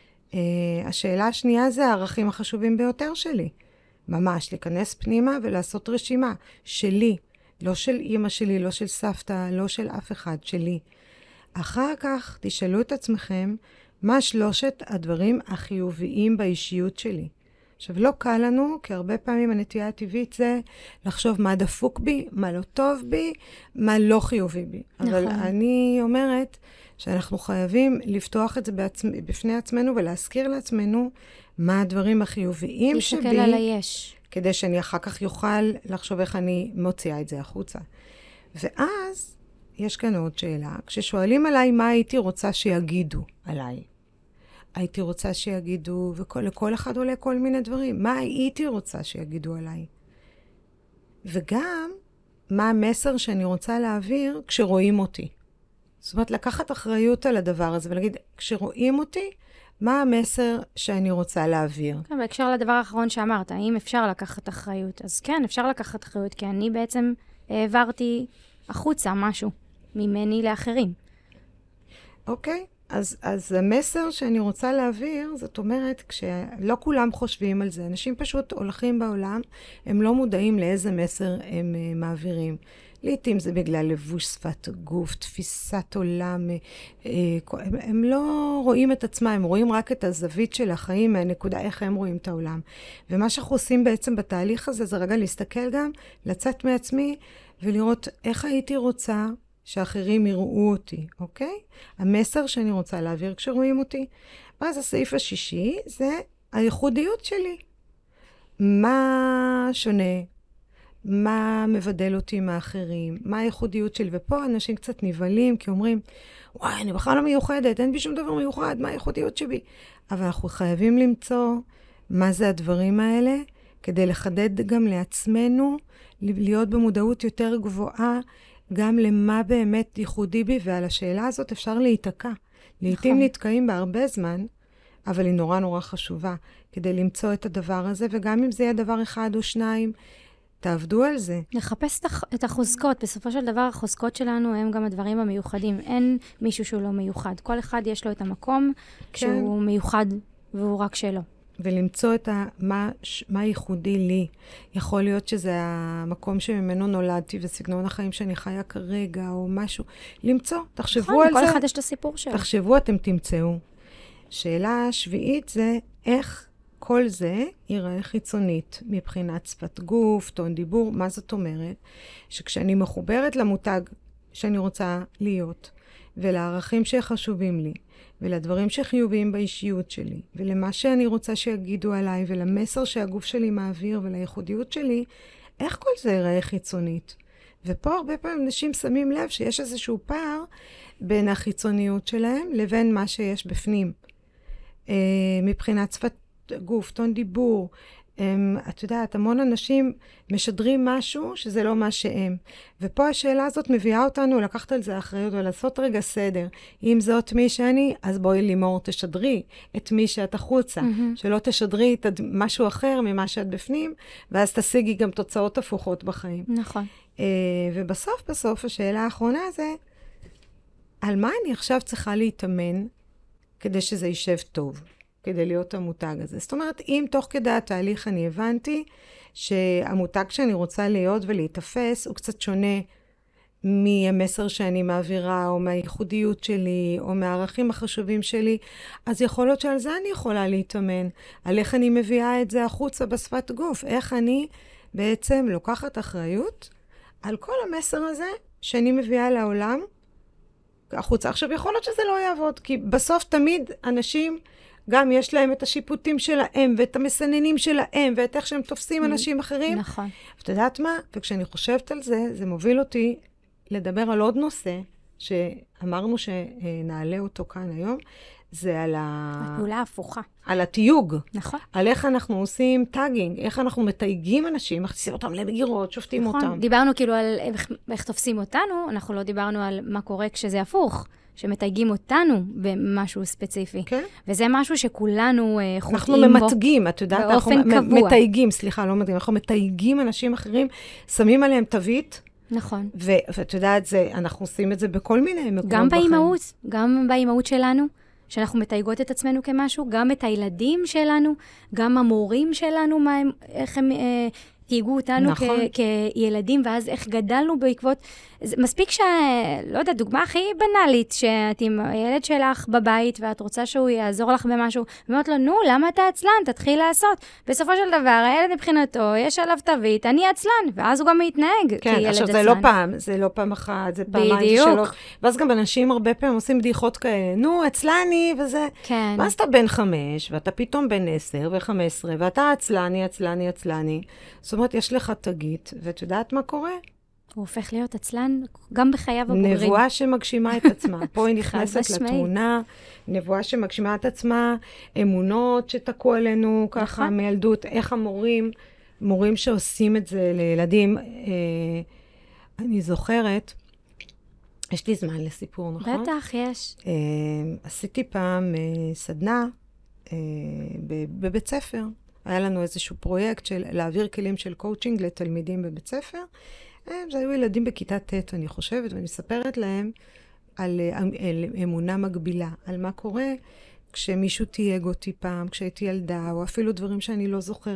השאלה השנייה זה הערכים החשובים ביותר שלי. ממש, להיכנס פנימה ולעשות רשימה שלי. לא של אמא שלי, לא של סבתא, לא של אף אחד, שלי. אחר כך תשאלו את עצמכם, מה 3 הדברים החיוביים באישיות שלי? עכשיו, לא קל לנו, כי הרבה פעמים הנטייה הטבעית זה לחשוב מה דפוק בי, מה לא טוב בי, מה לא חיובי בי. נכון. אבל אני אומרת שאנחנו חייבים לפתוח את זה בפני עצמנו ולהזכיר לעצמנו מה הדברים החיוביים שבי. להסתכל על היש. כדי שאני אחר כך יוכל לחשוב איך אני מוציאה את זה החוצה. ואז יש כאן עוד שאלה. כששואלים עליי מה הייתי רוצה שיגידו עליי, הייתי רוצה שיגידו, ולכל אחד עולה כל מיני דברים. מה הייתי רוצה שיגידו עליי? וגם, מה המסר שאני רוצה להעביר כשרואים אותי? זאת אומרת, לקחת אחריות על הדבר הזה ולהגיד, כשרואים אותי, מה המסר שאני רוצה להעביר? כן, בהקשר לדבר האחרון שאמרת, האם אפשר לקחת אחריות? אז כן, אפשר לקחת אחריות, כי אני בעצם העברתי החוצה משהו ממני לאחרים. אוקיי, אז המסר שאני רוצה להעביר, זאת אומרת, כשלא כולם חושבים על זה, אנשים פשוט הולכים בעולם, הם לא מודעים לאיזה מסר הם מעבירים. לעתים זה בגלל לבוש שפת גוף, תפיסת עולם, הם לא רואים את עצמם, הם רואים רק את הזווית של החיים, מהנקודה איך הם רואים את העולם. ומה שאנחנו עושים בעצם בתהליך הזה, זה רגע להסתכל גם, לצאת מעצמי, ולראות איך הייתי רוצה שאחרים יראו אותי, אוקיי? המסר שאני רוצה להעביר כשרואים אותי. ואז הסעיף השישי זה הייחודיות שלי. מה שונה? מה מבדל אותי מאחרים? מה הייחודיות שלי? ופה אנשים קצת נבלים, כי אומרים, וואי, אני בכלל לא מיוחדת, אין בי שום דבר מיוחד, מה הייחודיות שבי? אבל אנחנו חייבים למצוא מה זה הדברים האלה, כדי לחדד גם לעצמנו, להיות במודעות יותר גבוהה, גם למה באמת ייחודי בי, ועל השאלה הזאת אפשר להיתקע. לעתים נתקעים בהרבה זמן, אבל היא נורא נורא חשובה, כדי למצוא את הדבר הזה, וגם אם זה יהיה דבר 1 או 2, תעבדו על זה. לחפש את החוזקות. בסופו של דבר, החוזקות שלנו הם גם הדברים המיוחדים. אין מישהו שהוא לא מיוחד. כל אחד יש לו את המקום שהוא מיוחד, והוא רק שלו. ולמצוא את מה ייחודי לי. יכול להיות שזה המקום שממנו נולדתי, וסגנון החיים שאני חיה כרגע, או משהו. למצוא, תחשבו על זה. כל אחד יש את הסיפור שלו. תחשבו, אתם תמצאו. שאלה השביעית זה, איך כל זה ייראה חיצונית, מבחינת שפת גוף, טון דיבור. מה זאת אומרת? שכשאני מחוברת למותג שאני רוצה להיות, ולערכים שחשובים לי, ולדברים שחיוביים באישיות שלי, ולמה שאני רוצה שיגידו עליי, ולמסר שהגוף שלי מעביר, ולייחודיות שלי, איך כל זה ייראה חיצונית? ופה הרבה פעמים נשים שמים לב שיש איזשהו פער בין החיצוניות שלהם לבין מה שיש בפנים. מבחינת שפת גוף, טון דיבור, את יודעת, המון אנשים משדרים משהו שזה לא מה שהם. ופה השאלה הזאת מביאה אותנו לקחת על זה אחריות ולעשות רגע סדר. אם זאת מי שאני, אז בואי לימור, תשדרי את מי שאת החוצה. שלא תשדרי את משהו אחר ממה שאת בפנים, ואז תשיגי גם תוצאות הפוכות בחיים. נכון. ובסוף, השאלה האחרונה זה, על מה אני עכשיו צריכה להתאמן כדי שזה יישב טוב? כדי להיות המותג הזה. זאת אומרת, אם תוך כדי התהליך אני הבנתי שהמותג שאני רוצה להיות ולהתאפס הוא קצת שונה מהמסר שאני מעבירה, או מהייחודיות שלי, או מהערכים החשובים שלי, אז יכול להיות שעל זה אני יכולה להתאמן. על איך אני מביאה את זה החוצה בשפת גוף. איך אני בעצם לוקחת אחריות על כל המסר הזה שאני מביאה לעולם החוצה. עכשיו, יכול להיות שזה לא יעבוד, כי בסוף תמיד אנשים גם יש להם את השיפוטים שלהם, ואת המסננים שלהם, ואת איך שהם תופסים אנשים אחרים. נכון. ואת יודעת מה? וכשאני חושבת על זה, זה מוביל אותי לדבר על עוד נושא, שאמרנו שנעלה אותו כאן היום, זה על הפעולה ההפוכה. על התיוג. נכון. על איך אנחנו עושים טאגינג, איך אנחנו מתייגים אנשים, מכניסים אותם למגירות, שופטים אותם. נכון, דיברנו כאילו על איך תופסים אותנו, אנחנו לא דיברנו על מה קורה כשזה הפוך. שמתייגים אותנו במשהו ספציפי. כן. וזה משהו שכולנו חוטאים אנחנו בו. ממתגים, את יודעת, באופן קבוע. מתייגים, סליחה, לא מתייגים, אנחנו מתייגים אנשים אחרים, שמים עליהם תווית. נכון. ואת יודעת, אנחנו עושים את זה בכל מיני מקומות גם בחיים. באימהות, גם באימהות שלנו, שאנחנו מתייגות את עצמנו כמשהו, גם את הילדים שלנו, גם המורים שלנו, איך הם תייגו אותנו נכון. כילדים, ואז איך גדלנו בעקבות. מספיק לא יודע, דוגמה הכי בנאלית, שאת עם הילד שלך בבית, ואת רוצה שהוא יעזור לך במשהו, ואומרת לו, נו, למה אתה עצלן? תתחיל לעשות. בסופו של דבר, הילד מבחינתו, יש עליו תווית, אני עצלן, ואז הוא גם מתנהג כן, כילד עכשיו, עצלן. זה לא פעם אחת, זה פעמיים, בדיוק. זה שלוש. ואז גם אנשים הרבה פעמים עושים בדיחות כאלה, נו, עצלני וזה. כן. ואז אתה בן 5, ואתה פתאום בן 10 ו-15, ואתה עצלני. זאת אומרת, יש לך תגית, ואת יודעת מה קורה? הוא הופך להיות עצלן גם בחייו הבוגרים. נבואה שמגשימה את עצמה. פה היא נכנסת לתמונה, נבואה שמגשימה את עצמה, אמונות שתקעו עלינו ככה מילדות, איך מורים שעושים את זה לילדים. אני זוכרת, יש לי זמן לסיפור, נכון? בטח, יש. עשיתי פעם סדנה בבית ספר. היה לנו איזשהו פרויקט של להעביר כלים של קואוצ'ינג לתלמידים בבית ספר. זה היו ילדים בכיתה ט', אני חושבת, ואני מספרת להם על אמונה מגבילה, על מה קורה כשמישהו תייג אותי פעם, כשהייתי ילדה, או אפילו דברים שאני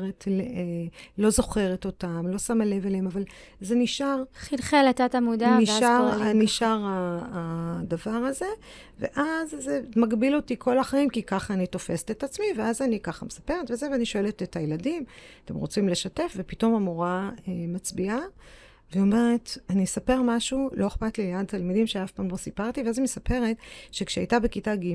לא זוכרת אותם, לא שמה לב אליהם, אבל זה נשאר. חלחל לתת המודע, נשאר הדבר הזה, ואז זה מגביל אותי כל החיים, כי ככה אני תופסת את עצמי, ואז אני ככה מספרת וזה, ואני שואלת את הילדים, אתם רוצים לשתף? ופתאום המורה מצביעה, והיא אומרת, אני אספר משהו, לא אכפת לי ליד תלמידים שאף פעם לא סיפרתי, ואז היא מספרת שכשהייתה בכיתה ג',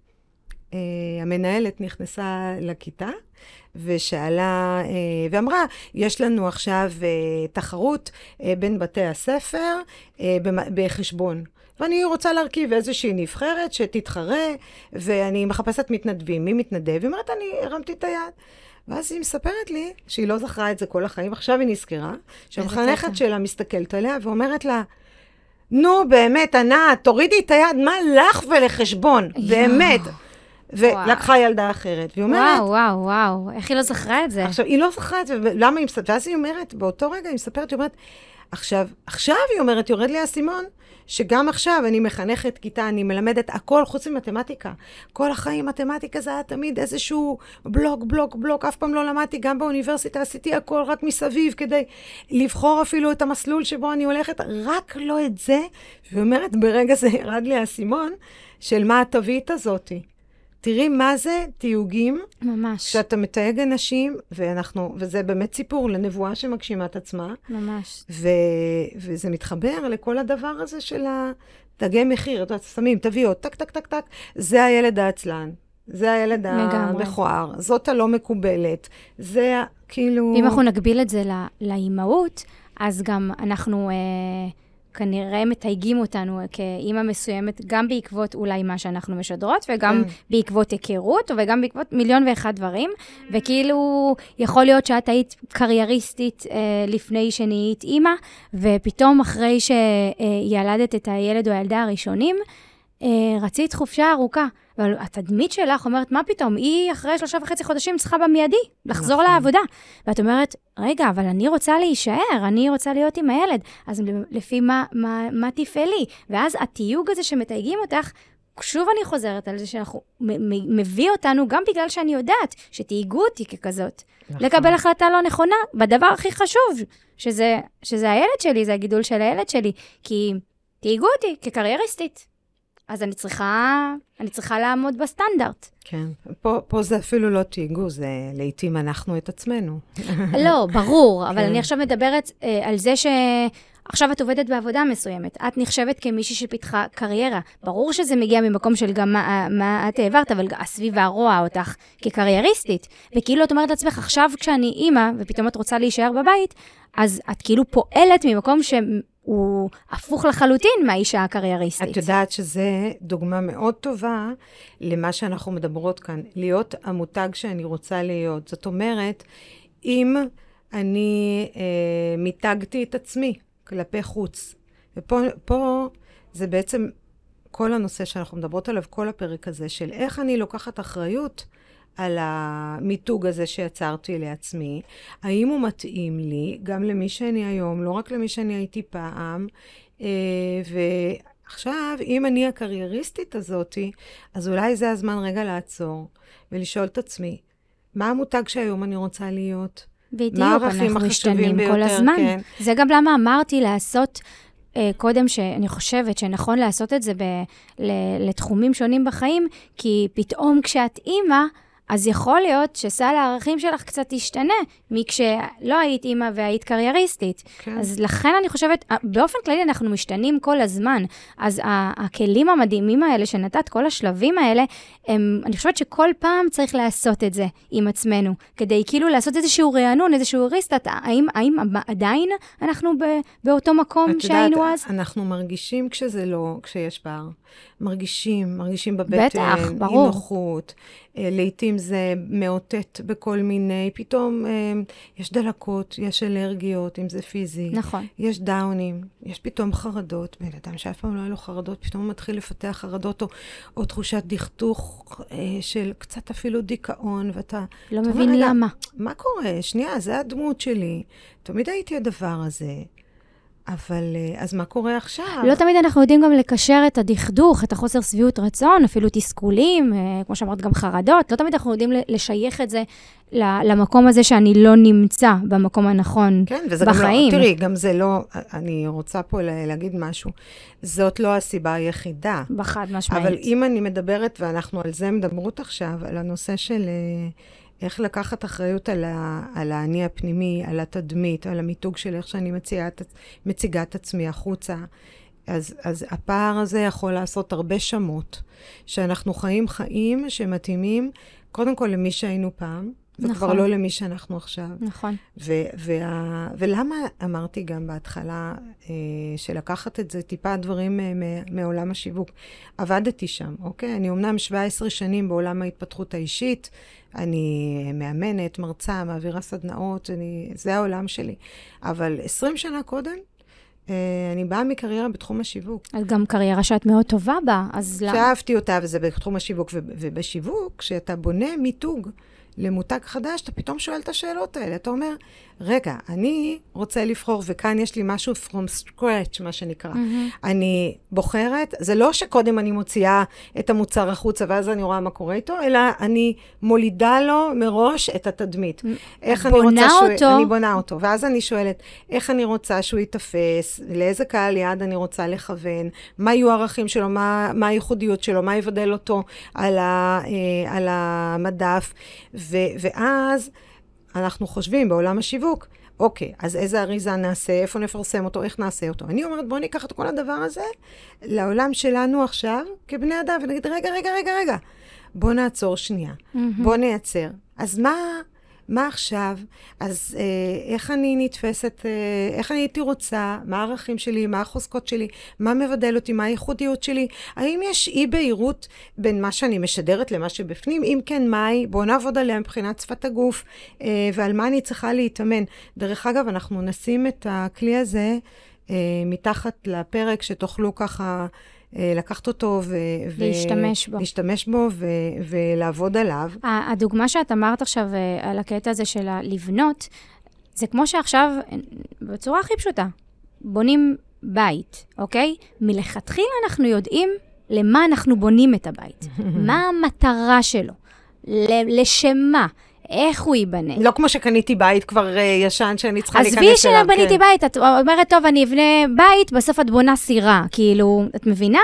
המנהלת נכנסה לכיתה, ושאלה, ואמרה, יש לנו עכשיו תחרות בין בתי הספר בחשבון. ואני רוצה להרכיב איזושהי נבחרת שתתחרה, ואני מחפשת מתנדבים. מי מתנדב? היא אומרת, אני הרמתי את היד. ואז היא מספרת לי שהיא לא זכרה את זה כל החיים, עכשיו היא נזכרה, שהמחנכת שלה מסתכלת עליה ואומרת לה, נו באמת, ענת, תורידי את היד, מה לך ולחשבון? באמת. ולקחה ילדה אחרת. והיא אומרת... וואו, איך היא לא זכרה את זה? עכשיו, היא לא זכרה את זה, ולמה היא מספרת? ואז היא אומרת, באותו רגע היא מספרת, היא אומרת, עכשיו היא אומרת, יורד לי האסימון, שגם עכשיו אני מחנכת כיתה, אני מלמדת הכל חוץ ממתמטיקה. כל החיים מתמטיקה זה היה תמיד איזשהו בלוק, אף פעם לא למדתי, גם באוניברסיטה עשיתי הכל רק מסביב, כדי לבחור אפילו את המסלול שבו אני הולכת, רק לא את זה. והיא אומרת, ברגע זה ירד לי האסימון, של מה התווית הזאתי. תראי מה זה תיוגים. ממש. שאתה מתייג אנשים, וזה באמת סיפור לנבואה שמגשימה את עצמה. ממש. וזה מתחבר לכל הדבר הזה של תגי מחיר, אתה שמים, תביאות, טק. זה הילד העצלן. זה הילד המכוער. זאת הלא מקובלת. זה כאילו... אם אנחנו נגביל את זה לאימהות, אז גם אנחנו כנראה מתייגים אותנו כאימא מסוימת, גם בעקבות אולי מה שאנחנו משדרות, וגם בעקבות היכרות, וגם בעקבות מיליון ואחד דברים, וכאילו יכול להיות שאת היית קרייריסטית לפני שנהיית אימא, ופתאום אחרי שילדת את הילד או הילדה הראשונים, רצית חופשה ארוכה. אבל התדמית שלך אומרת, מה פתאום? היא אחרי 3.5 חודשים צריכה במיידי לחזור לעבודה. ואת אומרת, רגע, אבל אני רוצה להישאר, אני רוצה להיות עם הילד. אז לפי מה תפעלי? ואז התיוג הזה שמתייגים אותך, שוב אני חוזרת על זה שאנחנו מביא אותנו, גם בגלל שאני יודעת שתייגו אותי ככזאת. לקבל החלטה לא נכונה, בדבר הכי חשוב, שזה הילד שלי, זה הגידול של הילד שלי. כי תייגו אותי כקרייריסטית. אז אני צריכה לעמוד בסטנדרט. כן, פה זה אפילו לא תייגו, זה לעתים אנחנו את עצמנו. לא, ברור, אבל אני עכשיו מדברת על זה שעכשיו את עובדת בעבודה מסוימת, את נחשבת כמישהי שפיתחה קריירה. ברור שזה מגיע ממקום של גם מה את העברת, אבל הסביבה רואה אותך כקרייריסטית. וכאילו את אומרת לעצמך, עכשיו כשאני אימא, ופתאום את רוצה להישאר בבית, אז את כאילו פועלת ממקום הוא הפוך לחלוטין מהאישה הקרייריסטית. את יודעת שזה דוגמה מאוד טובה למה שאנחנו מדברות כאן, להיות המותג שאני רוצה להיות. זאת אומרת, אם אני מיתגתי את עצמי כלפי חוץ, ופה זה בעצם כל הנושא שאנחנו מדברות עליו, כל הפרק הזה, של איך אני לוקחת אחריות על המיתוג הזה שיצרתי לעצמי, האם הוא מתאים לי, גם למי שאני היום, לא רק למי שאני הייתי פעם, ועכשיו, אם אני הקרייריסטית הזאת, אז אולי זה הזמן רגע לעצור, ולשאול את עצמי, מה המותג שהיום אני רוצה להיות? בדיוק, אנחנו משתנים כל הזמן. כן. זה גם למה אמרתי לעשות קודם שאני חושבת שנכון לעשות את זה לתחומים שונים בחיים, כי פתאום כשאת אימא, אז יכול להיות שסל הערכים שלך קצת ישתנה, מכשלא היית אימא והיית קרייריסטית. כן. אז לכן אני חושבת, באופן כללי אנחנו משתנים כל הזמן. אז הכלים המדהימים האלה שנתת, כל השלבים האלה, אני חושבת שכל פעם צריך לעשות את זה עם עצמנו, כדי כאילו לעשות איזשהו רענון, איזשהו ריסטאט, האם עדיין אנחנו באותו מקום שהיינו אז? אנחנו מרגישים כשזה לא, כשיש פער. מרגישים בבטן, בטח, ברור. אי נוחות, לעתים זה מאותת בכל מיני, פתאום יש דלקות, יש אלרגיות, אם זה פיזי. נכון. יש דאונים, יש פתאום חרדות, בן אדם שאף פעם לא היה לו חרדות, פתאום הוא מתחיל לפתח חרדות, או תחושת דכדוך של קצת אפילו דיכאון, ואתה... לא מבין למה. מה קורה? שנייה, זה הדמות שלי. תמיד הייתי הדבר הזה. אבל אז מה קורה עכשיו? לא תמיד אנחנו יודעים גם לקשר את הדכדוך, את החוסר שביעות רצון, אפילו תסכולים, כמו שאמרת גם חרדות, לא תמיד אנחנו יודעים לשייך את זה למקום הזה שאני לא נמצא במקום הנכון כן, וזה בחיים. גם לא, תראי, גם זה לא, אני רוצה פה להגיד משהו, זאת לא הסיבה היחידה. בחד משמעית. אבל אם אני מדברת, ואנחנו על זה מדברות עכשיו, על הנושא של איך לקחת אחריות על האני הפנימי, על התדמית, על המיתוג של איך שאני מציגה את עצמי החוצה. אז הפער הזה יכול לעשות הרבה שמות, שאנחנו חיים שמתאימים, קודם כל למי שהיינו פעם, וכבר נכון. לא למי שאנחנו עכשיו. נכון. ולמה אמרתי גם בהתחלה, שלקחת את זה טיפה דברים מעולם השיווק. עבדתי שם, אוקיי? אני אומנם 17 שנים בעולם ההתפתחות האישית, אני מאמנת, מרצה, מעבירה סדנאות, זה העולם שלי. אבל 20 שנה קודם, אני באה מקריירה בתחום השיווק. אז גם קריירה שאת מאוד טובה בה, אז שאהבתי אותה, וזה בתחום השיווק. ובשיווק, כשאתה בונה מיתוג למותג חדש, אתה פתאום שואל את השאלות האלה. אתה אומר, רגע, אני רוצה לבחור, וכאן יש לי משהו from scratch, מה שנקרא. אני בוחרת, זה לא שקודם אני מוציאה את המוצר החוצה, ואז אני רואה מה קורה איתו, אלא אני מולידה לו מראש את התדמית. איך אני רוצה אני בונה אותו. ואז אני שואלת, איך אני רוצה שהוא יתפס, לאיזה קהל יעד אני רוצה לכוון, מה יהיו הערכים שלו, מה הייחודיות שלו, מה יבדל אותו על המדף, ואז אנחנו חושבים בעולם השיווק, אוקיי, אז איזה אריזה נעשה, איפה נפרסם אותו, איך נעשה אותו. אני אומרת, בוא ניקח את כל הדבר הזה לעולם שלנו עכשיו, כבני אדם, ונגיד, רגע, בוא נעצור שנייה, בוא נייצר. אז מה עכשיו? אז איך אני נתפסת, איך אני הייתי רוצה, מה הערכים שלי, מה החוזקות שלי, מה מבדל אותי, מה הייחודיות שלי? האם יש אי בהירות בין מה שאני משדרת למה שבפנים? אם כן, מהי? בואו נעבוד עליה מבחינת שפת הגוף, ועל מה אני צריכה להתאמן. דרך אגב, אנחנו נשים את הכלי הזה מתחת לפרק, שתוכלו ככה לקחת אותו להשתמש בו ולעבוד עליו. הדוגמה שאת אמרת עכשיו על הקטע הזה של לבנות, זה כמו שעכשיו, בצורה הכי פשוטה, בונים בית, אוקיי? מלכתחילה אנחנו יודעים למה אנחנו בונים את הבית. מה המטרה שלו? לשם מה? איך הוא ייבנה? לא כמו שקניתי בית כבר ישן שאני צריכה להיכנס אליו. עזבי שבניתי בית, את אומרת, טוב, אני אבנה בית, בסוף את בונה סירה. כאילו, את מבינה?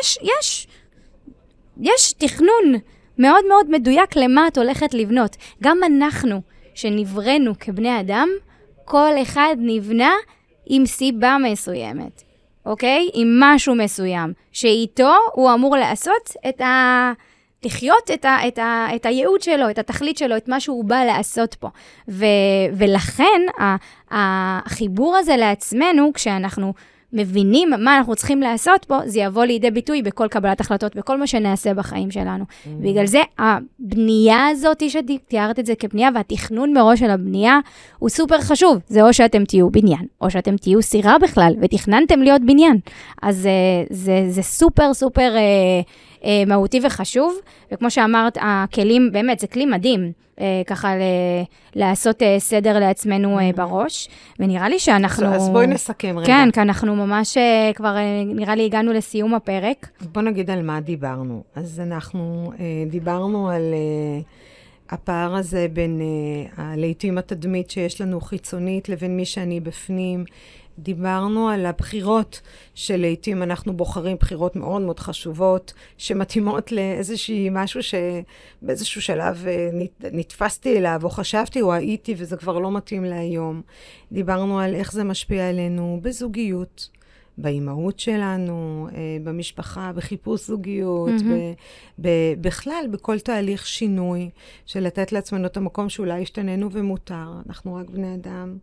יש תכנון מאוד מאוד מדויק למה את הולכת לבנות. גם אנחנו, שנברנו כבני אדם, כל אחד נבנה עם סיבה מסוימת. אוקיי? עם משהו מסוים. שאיתו הוא אמור לעשות לחיות את הייעוד שלו, את התכלית שלו, את מה שהוא בא לעשות פה. ולכן, החיבור הזה לעצמנו, כשאנחנו מבינים מה אנחנו צריכים לעשות פה, זה יבוא לידי ביטוי בכל קבלת החלטות, בכל מה שנעשה בחיים שלנו. בגלל זה, הבנייה הזאת, שתיארת את זה כבנייה, והתכנון מראש של הבנייה, הוא סופר חשוב. זה או שאתם תהיו בניין, או שאתם תהיו סירה בכלל, ותכננתם להיות בניין. אז זה סופר סופר מהותי וחשוב, וכמו שאמרת, הכלים, באמת, זה כלי מדהים, ככה לעשות סדר לעצמנו בראש, ונראה לי שאנחנו... אז בואי נסכם רגע. כן, כי אנחנו ממש כבר, נראה לי, הגענו לסיום הפרק. בוא נגיד על מה דיברנו. אז אנחנו דיברנו על הפער הזה בין לעתים התדמית שיש לנו חיצונית לבין מי שאני בפנים. דיברנו על הבחירות שלעתים אנחנו בוחרים בחירות מאוד מאוד חשובות, שמתאימות לאיזושהי משהו שבאיזשהו שלב נתפסתי אליו, או חשבתי, או הייתי, וזה כבר לא מתאים להיום. דיברנו על איך זה משפיע עלינו בזוגיות, באימהות שלנו, במשפחה, בחיפוש זוגיות, בכלל, בכל תהליך שינוי, של לתת לעצמנו את המקום שאולי השתננו ומותר. אנחנו רק בני אדם.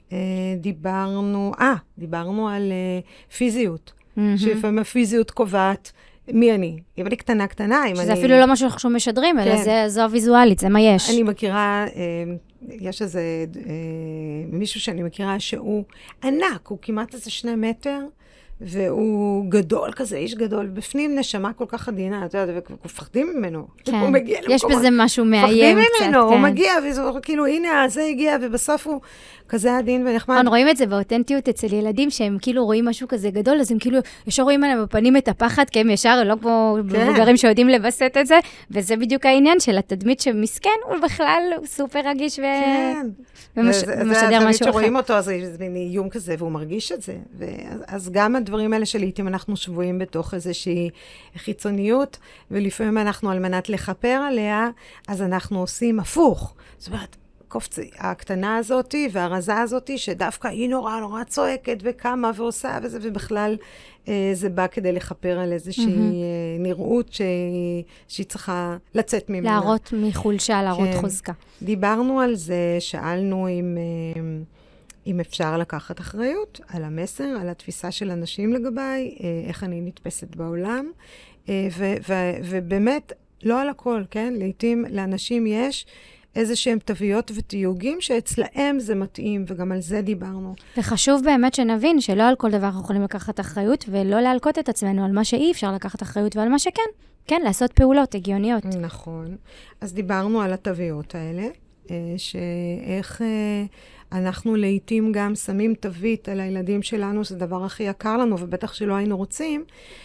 דיברנו על פיזיות, שלפעמים הפיזיות קובעת מי אני. אם אני קטנה, שזה אפילו לא משהו שאנחנו משדרים, אלא זו הוויזואלית, זה מה יש. אני מכירה, יש איזה מישהו שאני מכירה שהוא ענק, הוא כמעט איזה 2 מטר, והוא גדול כזה, איש גדול, בפנים נשמה כל כך עדינה, אתה יודע, ומפחדים ממנו. כן, הוא מגיע יש בזה משהו מאיים קצת. מפחדים ממנו, הוא מגיע, וכאילו, הנה, זה הגיע, ובסוף הוא כזה עדין ונחמד. אנחנו רואים את זה באותנטיות אצל ילדים, שהם כאילו רואים משהו כזה גדול, אז הם כאילו ישר רואים עליהם בפנים את הפחד, כי הם ישר לא כמו מבוגרים שיודעים לבסט את זה, וזה בדיוק העניין של התדמית שמסכן, הוא בכלל סופר רגיש ומשדר משהו אחר. שרואים אותו, אז זה מין איום כזה, והוא מרגיש את זה. אז גם הדברים האלה שלעיתים אנחנו שבויים בתוך איזושהי חיצוניות, ולפעמים אנחנו על מנת לחפר עליה, אז אנחנו עושים הפוך. זאת אומרת, הקופצי, הקטנה הזאת והרזה הזאת, שדווקא היא נורא צועקת וקמה ועושה וזה, ובכלל זה בא כדי לחפר על איזושהי נראות שהיא צריכה לצאת ממנה. להראות מחולשה, להראות חוזקה. דיברנו על זה, שאלנו אם אפשר לקחת אחריות על המסר, על התפיסה של אנשים לגביי, איך אני נתפסת בעולם, ובאמת לא על הכל, כן? לעתים לאנשים יש איזה שהם תוויות ותיוגים שאצלהם זה מתאים, וגם על זה דיברנו. וחשוב באמת שנבין שלא על כל דבר אנחנו יכולים לקחת אחריות, ולא להלקות את עצמנו על מה שאי אפשר לקחת אחריות, ועל מה שכן, כן, לעשות פעולות הגיוניות. נכון. אז דיברנו על התוויות האלה, שאיך אנחנו לעתים גם שמים תווית על הילדים שלנו, זה דבר הכי יקר לנו, ובטח שלא היינו רוצים,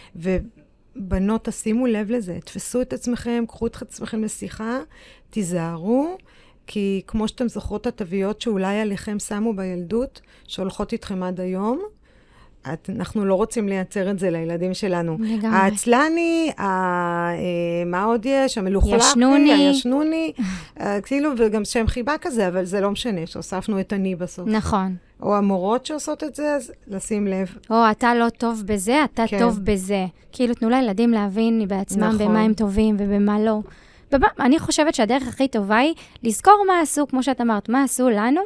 בנות, תשימו לב לזה, תפסו את עצמכם, קחו את עצמכם לשיחה, תיזהרו, כי כמו שאתם זוכרות את התוויות שאולי עליכם שמו בילדות, שהולכות איתכם עד היום, אנחנו לא רוצים לייצר את זה לילדים שלנו. לגמרי. העצלני, מה עוד יש? המלוכלך, הישנוני, כאילו, וגם שם חיבה כזה, אבל זה לא משנה, שהוספנו את אני בסוף. נכון. או המורות שעושות את זה, אז לשים לב. או אתה לא טוב בזה, אתה טוב בזה. כאילו, תנו לילדים להבין בעצמם במה הם טובים ובמה לא. אני חושבת שהדרך הכי טובה היא לזכור מה עשו, כמו שאת אמרת, מה עשו לנו,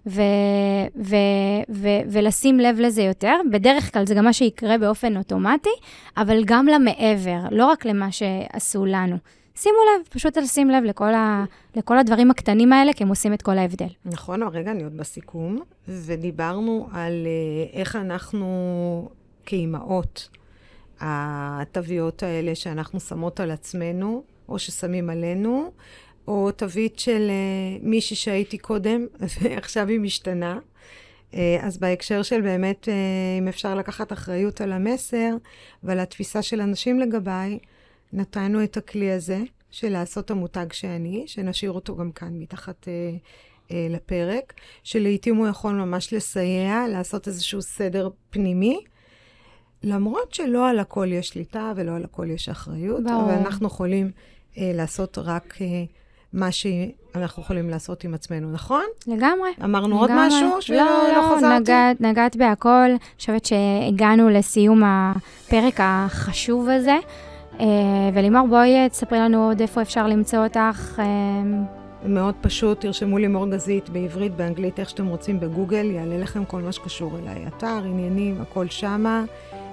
ולשים לב לזה יותר. בדרך כלל זה גם מה שיקרה באופן אוטומטי, אבל גם למעבר, לא רק למה שעשו לנו. שימו לב, פשוט לשים לב לכל הדברים הקטנים האלה, כי הם עושים את כל ההבדל. נכון, רגע, אני עוד בסיכום, ודיברנו על איך אנחנו כאימהות, התוויות האלה שאנחנו שמות על עצמנו, או ששמים עלינו, או תווית של מישהי שהייתי קודם, ועכשיו היא משתנה. אז בהקשר של באמת, אם אפשר לקחת אחריות על המסר, ועל התפיסה של אנשים לגביי, נתנו את הכלי הזה, של לעשות המותג שאני, שנשאיר אותו גם כאן מתחת לפרק, שלעיתים הוא יכול ממש לסייע, לעשות איזשהו סדר פנימי, למרות שלא על הכל יש שליטה ולא על הכל יש אחריות, אבל אנחנו יכולים לעשות רק מה שאנחנו יכולים לעשות עם עצמנו, נכון? לגמרי. אמרנו עוד משהו שלא חזרתי? נגעת בהכל. אני חושבת שהגענו לסיום הפרק החשוב הזה, ולימור, בואי תספרי לנו עוד איפה אפשר למצוא אותך. מאוד פשוט, תרשמו לימור גזית בעברית, באנגלית, איך שאתם רוצים בגוגל, יעלה לכם כל מה שקשור אליי. אתר, עניינים, הכל שמה,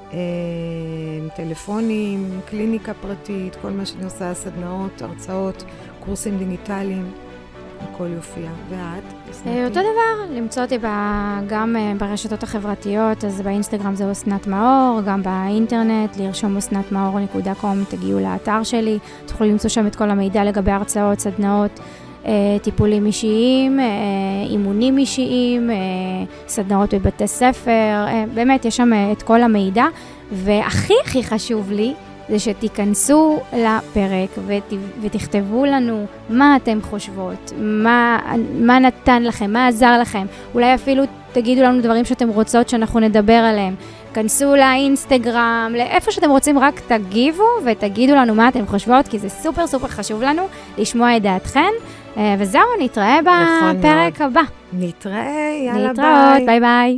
טלפונים, קליניקה פרטית, כל מה שאני עושה, סדנאות, הרצאות, קורסים דיגיטליים, הכל יופיע. ואת? אותו דבר, למצוא אותי גם ברשתות החברתיות, אז באינסטגרם זה אסנת מאור, גם באינטרנט, לרשום asnatmaor.com, תגיעו לאתר שלי, תוכלו למצוא שם את כל המידע לגבי הרצאות, סדנאות, טיפולים אישיים, אימונים אישיים, סדנאות בבתי ספר, באמת יש שם את כל המידע, והכי הכי חשוב לי, זה שתיכנסו לפרק ותכתבו לנו מה אתם חושבות, מה נתן לכם, מה עזר לכם. אולי אפילו תגידו לנו דברים שאתם רוצות שאנחנו נדבר עליהם. כנסו לאינסטגרם, לאיפה שאתם רוצים, רק תגיבו ותגידו לנו מה אתם חושבות, כי זה סופר סופר חשוב לנו לשמוע את דעתכן. וזהו, נתראה בפרק הבא. נתראה, יאללה ביי. להתראות, ביי ביי.